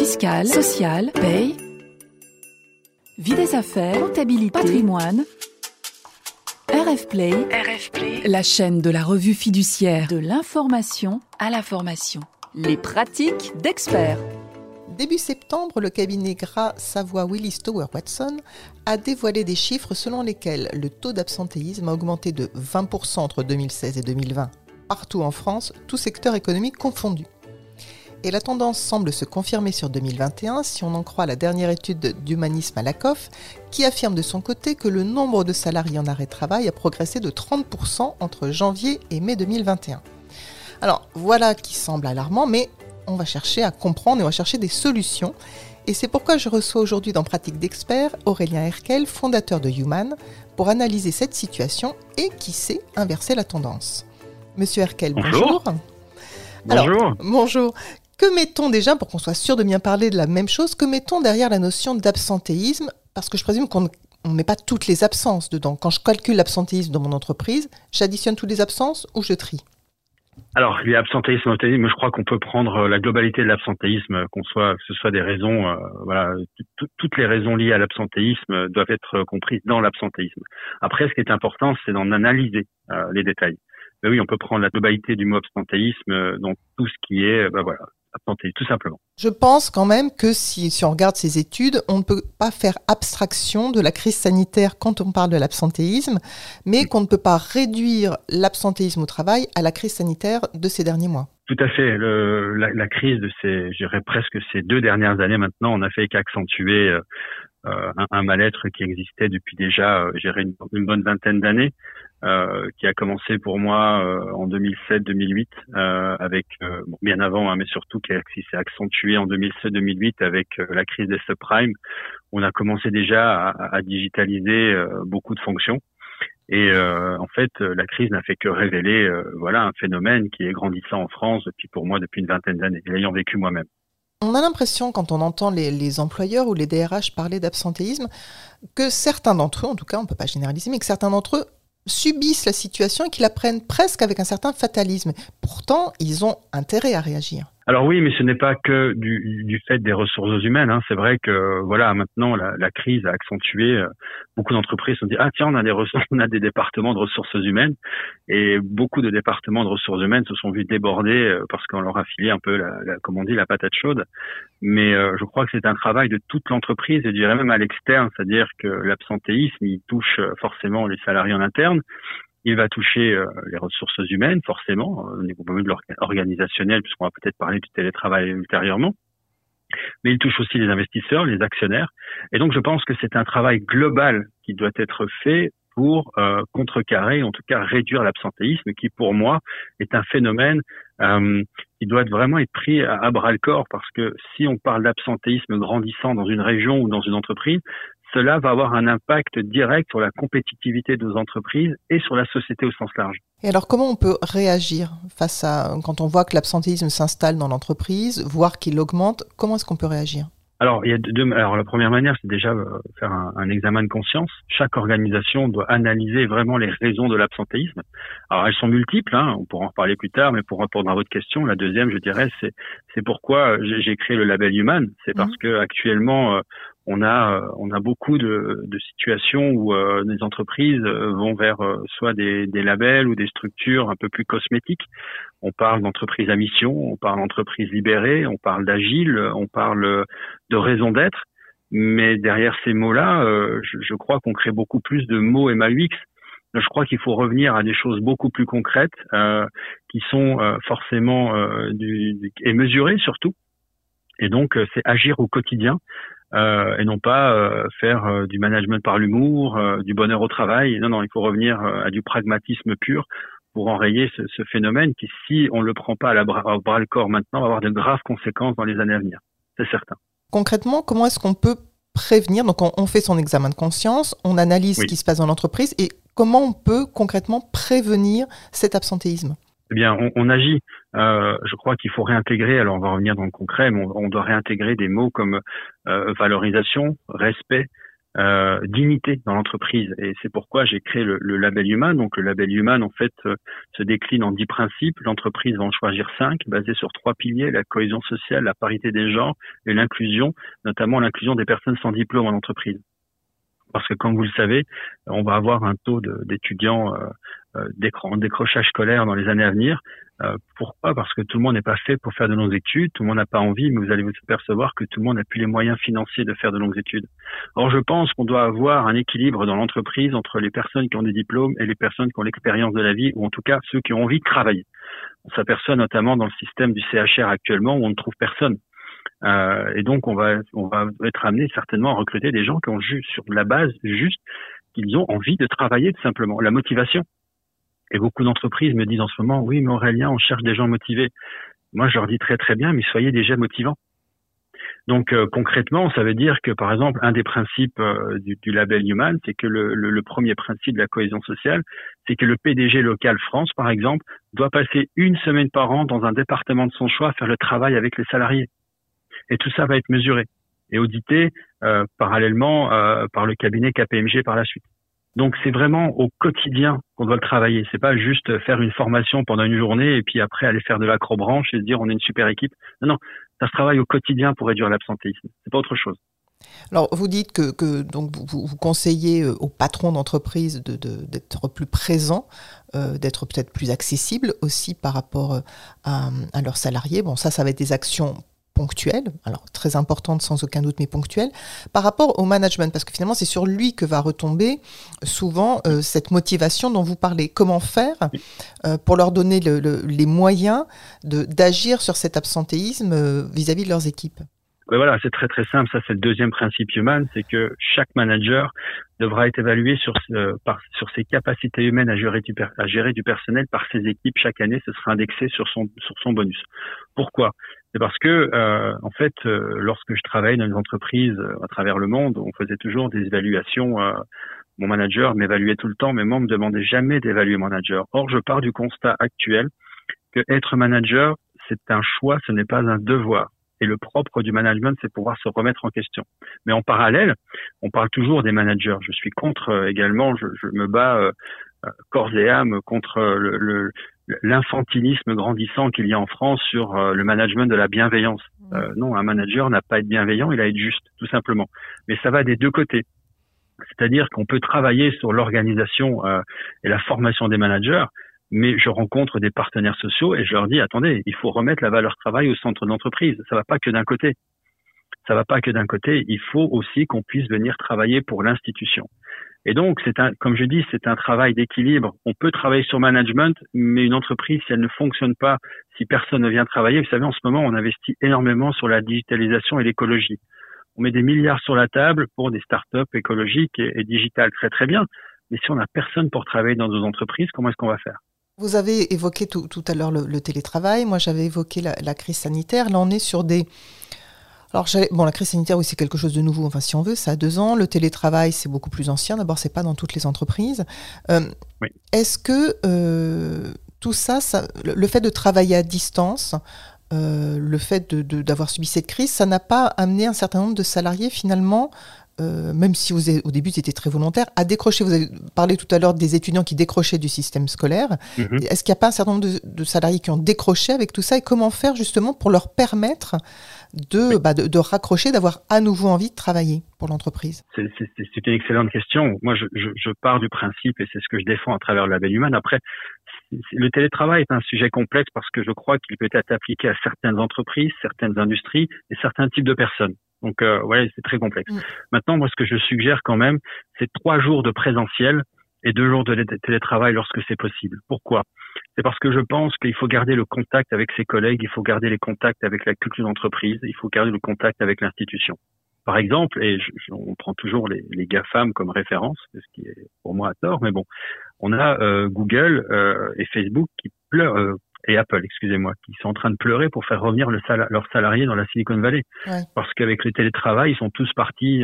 fiscale, sociale, paye, vie des affaires, comptabilité, patrimoine. RF Play, la chaîne de la revue fiduciaire de l'information à la formation. Les pratiques d'experts. Début septembre, le cabinet Gras Savoie Willis Towers Watson a dévoilé des chiffres selon lesquels le taux d'absentéisme a augmenté de 20% entre 2016 et 2020, partout en France, tous secteurs économiques confondus. Et la tendance semble se confirmer sur 2021 si on en croit la dernière étude d'Humanisme à Lacoff, qui affirme de son côté que le nombre de salariés en arrêt de travail a progressé de 30% entre janvier et mai 2021. Alors voilà qui semble alarmant, mais on va chercher à comprendre et on va chercher des solutions. Et c'est pourquoi je reçois aujourd'hui dans Pratique d'Experts Aurélien Herkel, fondateur de Human, pour analyser cette situation et, qui sait, inverser la tendance. Monsieur Herkel, bonjour. Alors, bonjour. Que mettons déjà, pour qu'on soit sûr de bien parler de la même chose, que mettons derrière la notion d'absentéisme ? Parce que je présume qu'on ne met pas toutes les absences dedans. Quand je calcule l'absentéisme dans mon entreprise, j'additionne toutes les absences ou je trie ? Alors, il y a absentéisme, je crois qu'on peut prendre la globalité de l'absentéisme, que ce soit des raisons, toutes les raisons liées à l'absentéisme doivent être comprises dans l'absentéisme. Après, ce qui est important, c'est d'en analyser les détails. Mais oui, on peut prendre la globalité du mot absentéisme, donc tout ce qui est, absentéisme, tout simplement. Je pense quand même que si on regarde ces études, on ne peut pas faire abstraction de la crise sanitaire quand on parle de l'absentéisme, mais qu'on ne peut pas réduire l'absentéisme au travail à la crise sanitaire de ces derniers mois. Tout à fait. La crise de presque ces 2 dernières années maintenant, on n'a fait qu'accentuer un mal-être qui existait depuis déjà, une bonne vingtaine d'années, qui a commencé pour moi en 2007-2008, avec bien avant, mais surtout qui s'est accentué en 2007-2008 avec la crise des subprimes. On a commencé déjà à digitaliser beaucoup de fonctions. Et en fait, la crise n'a fait que révéler un phénomène qui est grandissant en France depuis une vingtaine d'années, l'ayant vécu moi-même. On a l'impression, quand on entend les employeurs ou les DRH parler d'absentéisme, que certains d'entre eux, en tout cas on ne peut pas généraliser, mais que certains d'entre eux subissent la situation et qu'ils la prennent presque avec un certain fatalisme. Pourtant, ils ont intérêt à réagir. Alors oui, mais ce n'est pas que du fait des ressources humaines. C'est vrai que maintenant la crise a accentué. Beaucoup d'entreprises se sont dit tiens, on a des départements de ressources humaines, et beaucoup de départements de ressources humaines se sont vus déborder parce qu'on leur a filé un peu la patate chaude. Mais je crois que c'est un travail de toute l'entreprise, et je dirais même à l'externe, c'est-à-dire que l'absentéisme il touche forcément les salariés en interne. Il va toucher les ressources humaines, forcément, au niveau de l'organisationnel, puisqu'on va peut-être parler du télétravail ultérieurement. Mais il touche aussi les investisseurs, les actionnaires. Et donc, je pense que c'est un travail global qui doit être fait pour contrecarrer, en tout cas réduire l'absentéisme, qui pour moi est un phénomène qui doit vraiment être pris à bras-le-corps, parce que si on parle d'absentéisme grandissant dans une région ou dans une entreprise, cela va avoir un impact direct sur la compétitivité de nos entreprises et sur la société au sens large. Et alors, comment on peut réagir quand on voit que l'absentéisme s'installe dans l'entreprise, voire qu'il augmente, comment est-ce qu'on peut réagir ? Alors, la première manière, c'est déjà faire un examen de conscience. Chaque organisation doit analyser vraiment les raisons de l'absentéisme. Alors, elles sont multiples, on pourra en reparler plus tard, mais pour répondre à votre question, la deuxième, je dirais, c'est pourquoi j'ai créé le label Human. C'est parce que actuellement, on a beaucoup de situations où des entreprises vont vers soit des labels ou des structures un peu plus cosmétiques. On parle d'entreprise à mission, on parle d'entreprise libérée, on parle d'agile, on parle de raison d'être. Mais derrière ces mots-là, je crois qu'on crée beaucoup plus de mots MAUX. Je crois qu'il faut revenir à des choses beaucoup plus concrètes qui sont forcément et mesurées surtout. Et donc, c'est agir au quotidien. Et non pas faire du management par l'humour, du bonheur au travail. Non, il faut revenir à du pragmatisme pur pour enrayer ce phénomène qui, si on ne le prend pas au bras-le-corps maintenant, va avoir de graves conséquences dans les années à venir. C'est certain. Concrètement, comment est-ce qu'on peut prévenir ? Donc, on fait son examen de conscience, on analyse ce qui se passe dans l'entreprise, et comment on peut concrètement prévenir cet absentéisme ? Eh bien, on agit. Je crois qu'il faut réintégrer, alors on va revenir dans le concret, mais on doit réintégrer des mots comme valorisation, respect, dignité dans l'entreprise. Et c'est pourquoi j'ai créé le label Human. Donc le label Human, en fait, se décline en 10 principes. L'entreprise va en choisir 5, basés sur 3 piliers: la cohésion sociale, la parité des genres et l'inclusion, notamment l'inclusion des personnes sans diplôme en entreprise. Parce que, comme vous le savez, on va avoir un taux d'étudiants en décrochage scolaire dans les années à venir. Pourquoi? Parce que tout le monde n'est pas fait pour faire de longues études, tout le monde n'a pas envie, mais vous allez vous apercevoir que tout le monde n'a plus les moyens financiers de faire de longues études. Or, je pense qu'on doit avoir un équilibre dans l'entreprise entre les personnes qui ont des diplômes et les personnes qui ont l'expérience de la vie, ou en tout cas ceux qui ont envie de travailler. On s'aperçoit notamment dans le système du CHR actuellement où on ne trouve personne. Et donc on va être amené certainement à recruter des gens qui ont juste sur la base juste qu'ils ont envie de travailler tout simplement, la motivation. Et beaucoup d'entreprises me disent en ce moment: oui, mais Aurélien, on cherche des gens motivés. Moi, je leur dis très très bien, mais soyez déjà motivants. Donc concrètement, ça veut dire que par exemple un des principes du label Human, c'est que le premier principe de la cohésion sociale, c'est que le PDG local France, par exemple, doit passer 1 semaine par an dans un département de son choix à faire le travail avec les salariés. Et tout ça va être mesuré et audité parallèlement par le cabinet KPMG par la suite. Donc c'est vraiment au quotidien qu'on doit le travailler. C'est pas juste faire une formation pendant une journée et puis après aller faire de l'acrobranche et se dire on est une super équipe. Non, ça se travaille au quotidien pour réduire l'absentéisme. C'est pas autre chose. Alors, vous dites que donc vous conseillez aux patrons d'entreprise d'être plus présents, d'être peut-être plus accessibles aussi par rapport à leurs salariés. Bon, ça va être des actions ponctuelles, alors très importantes sans aucun doute, mais ponctuelles, par rapport au management, parce que finalement c'est sur lui que va retomber souvent cette motivation dont vous parlez. Comment faire pour leur donner les moyens d'agir sur cet absentéisme vis-à-vis de leurs équipes? Ben voilà, c'est très très simple. Ça, c'est le deuxième principe Human, c'est que chaque manager devra être évalué sur ses capacités humaines à gérer du personnel par ses équipes. Chaque année, ce sera indexé sur son bonus. Pourquoi? C'est parce que en fait, lorsque je travaillais dans les entreprises à travers le monde, on faisait toujours des évaluations. Mon manager m'évaluait tout le temps, mais moi, on me demandait jamais d'évaluer mon manager. Or, je pars du constat actuel que être manager, c'est un choix, ce n'est pas un devoir. Et le propre du management, c'est pouvoir se remettre en question. Mais en parallèle, on parle toujours des managers. Je suis contre également, je me bats corps et âme contre l'infantilisme grandissant qu'il y a en France sur le management de la bienveillance. Non, un manager n'a pas à être bienveillant, il a à être juste, tout simplement. Mais ça va des deux côtés. C'est-à-dire qu'on peut travailler sur l'organisation et la formation des managers, mais je rencontre des partenaires sociaux et je leur dis: attendez, il faut remettre la valeur travail au centre de l'entreprise. Ça va pas que d'un côté. Ça va pas que d'un côté. Il faut aussi qu'on puisse venir travailler pour l'institution. Et donc, comme je dis, c'est un travail d'équilibre. On peut travailler sur management, mais une entreprise, si elle ne fonctionne pas, si personne ne vient travailler, vous savez, en ce moment, on investit énormément sur la digitalisation et l'écologie. On met des milliards sur la table pour des startups écologiques et digitales. Très, très bien. Mais si on n'a personne pour travailler dans nos entreprises, comment est-ce qu'on va faire? Vous avez évoqué tout à l'heure le télétravail. Moi, j'avais évoqué la crise sanitaire. Là, on est sur des... Alors, la crise sanitaire, oui, c'est quelque chose de nouveau. Enfin, si on veut, ça a 2 ans. Le télétravail, c'est beaucoup plus ancien. D'abord, c'est pas dans toutes les entreprises. Oui. Est-ce que tout ça, le fait de travailler à distance, le fait d'avoir subi cette crise, ça n'a pas amené un certain nombre de salariés, finalement, même si au début c'était très volontaire, à décrocher? Vous avez parlé tout à l'heure des étudiants qui décrochaient du système scolaire. Est-ce qu'il n'y a pas un certain nombre de salariés qui ont décroché avec tout ça, et comment faire justement pour leur permettre de raccrocher, d'avoir à nouveau envie de travailler pour l'entreprise? C'est une excellente question. Moi, je pars du principe, et c'est ce que je défends à travers le label Human. Après, le télétravail est un sujet complexe parce que je crois qu'il peut être appliqué à certaines entreprises, certaines industries et certains types de personnes. Donc, ouais, c'est très complexe. Maintenant, moi, ce que je suggère quand même, c'est 3 jours de présentiel et 2 jours de télétravail lorsque c'est possible. Pourquoi? C'est parce que je pense qu'il faut garder le contact avec ses collègues, il faut garder les contacts avec la culture d'entreprise, il faut garder le contact avec l'institution. Par exemple, et on prend toujours les GAFAM comme référence, ce qui est pour moi à tort, mais bon, on a Google et Facebook qui pleurent, et Apple, excusez-moi, qui sont en train de pleurer pour faire revenir leurs salariés dans la Silicon Valley. Ouais. Parce qu'avec le télétravail, ils sont tous partis,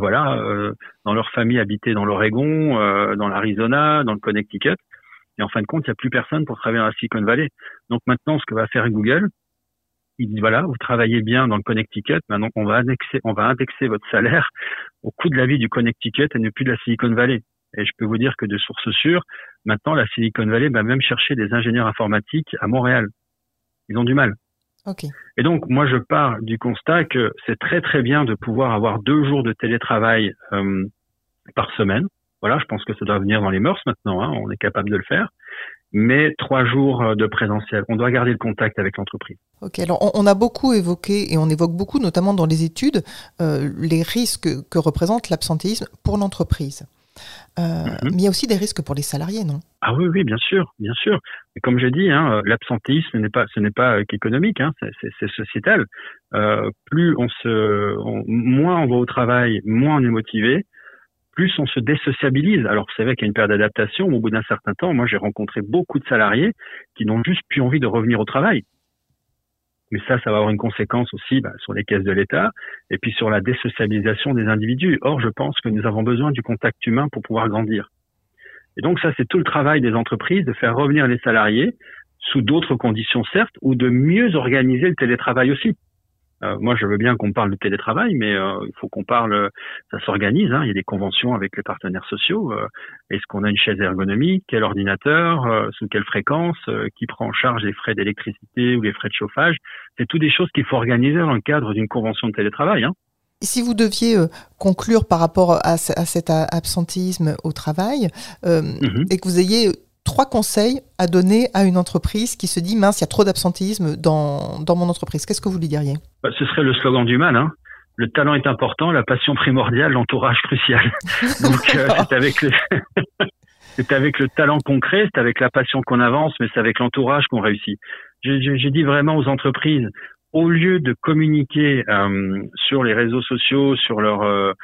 dans leur famille habitée dans l'Oregon, dans l'Arizona, dans le Connecticut. Et en fin de compte, il n'y a plus personne pour travailler dans la Silicon Valley. Donc maintenant, ce que va faire Google, Ils disent voilà, vous travaillez bien dans le Connecticut, maintenant on va indexer votre salaire au coût de la vie du Connecticut et ne plus de la Silicon Valley. Et je peux vous dire que de sources sûres, maintenant la Silicon Valley va même chercher des ingénieurs informatiques à Montréal. Ils ont du mal. Okay. Et donc moi je pars du constat que c'est très très bien de pouvoir avoir 2 jours de télétravail par semaine. Voilà, je pense que ça doit venir dans les mœurs maintenant, hein, on est capable de le faire. Mais 3 jours de présentiel. On doit garder le contact avec l'entreprise. Ok, alors on a beaucoup évoqué, et on évoque beaucoup, notamment dans les études, les risques que représente l'absentéisme pour l'entreprise. Mais il y a aussi des risques pour les salariés, non ? Ah oui, bien sûr, bien sûr. Et comme je dis, hein, l'absentéisme ce n'est pas qu'économique, hein, c'est sociétal. Moins on va au travail, moins on est motivé. Plus on se désociabilise. Alors, vous savez qu'il y a une période d'adaptation. Au bout d'un certain temps, moi, j'ai rencontré beaucoup de salariés qui n'ont juste plus envie de revenir au travail. Mais ça va avoir une conséquence aussi sur les caisses de l'État et puis sur la désociabilisation des individus. Or, je pense que nous avons besoin du contact humain pour pouvoir grandir. Et donc, ça, c'est tout le travail des entreprises de faire revenir les salariés sous d'autres conditions, certes, ou de mieux organiser le télétravail aussi. Moi, je veux bien qu'on parle de télétravail, mais il faut qu'on parle, ça s'organise, hein, il y a des conventions avec les partenaires sociaux. Est-ce qu'on a une chaise ergonomique, quel ordinateur, sous quelle fréquence, qui prend en charge les frais d'électricité ou les frais de chauffage? C'est tout des choses qu'il faut organiser dans le cadre d'une convention de télétravail. Hein. Et si vous deviez conclure par rapport à cet absentéisme au travail, et que vous ayez 3 conseils à donner à une entreprise qui se dit « mince, il y a trop d'absentéisme dans mon entreprise », qu'est-ce que vous lui diriez ? Ce serait le slogan du MAN, hein. Le talent est important, la passion primordiale, l'entourage crucial. Donc c'est avec le talent concret, c'est avec la passion qu'on avance, mais c'est avec l'entourage qu'on réussit. J'ai dit vraiment aux entreprises, au lieu de communiquer sur les réseaux sociaux, sur leur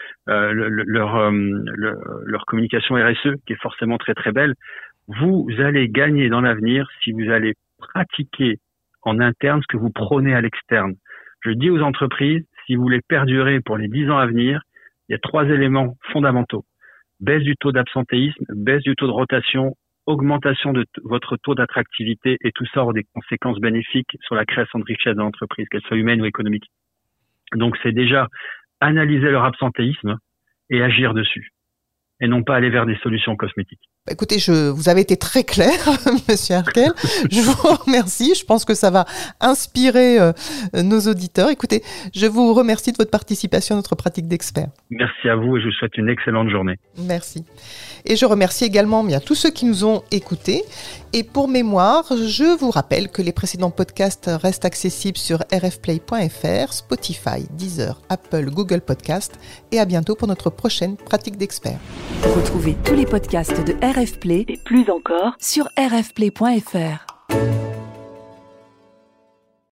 communication RSE, qui est forcément très très belle, vous allez gagner dans l'avenir si vous allez pratiquer en interne ce que vous prônez à l'externe. Je dis aux entreprises, si vous voulez perdurer pour les 10 ans à venir, il y a 3 éléments fondamentaux. Baisse du taux d'absentéisme, baisse du taux de rotation, augmentation de votre taux d'attractivité, et tout ça aura des conséquences bénéfiques sur la création de richesse de l'entreprise, qu'elle soit humaine ou économique. Donc c'est déjà analyser leur absentéisme et agir dessus, et non pas aller vers des solutions cosmétiques. Écoutez, vous avez été très clair, Monsieur Herkel. Je vous remercie. Je pense que ça va inspirer nos auditeurs. Écoutez, je vous remercie de votre participation à notre pratique d'expert. Merci à vous et je vous souhaite une excellente journée. Merci. Et je remercie également tous ceux qui nous ont écoutés. Et pour mémoire, je vous rappelle que les précédents podcasts restent accessibles sur rfplay.fr, Spotify, Deezer, Apple, Google Podcast. Et à bientôt pour notre prochaine pratique d'expert. Retrouvez tous les podcasts de RF Play et plus encore sur rfplay.fr.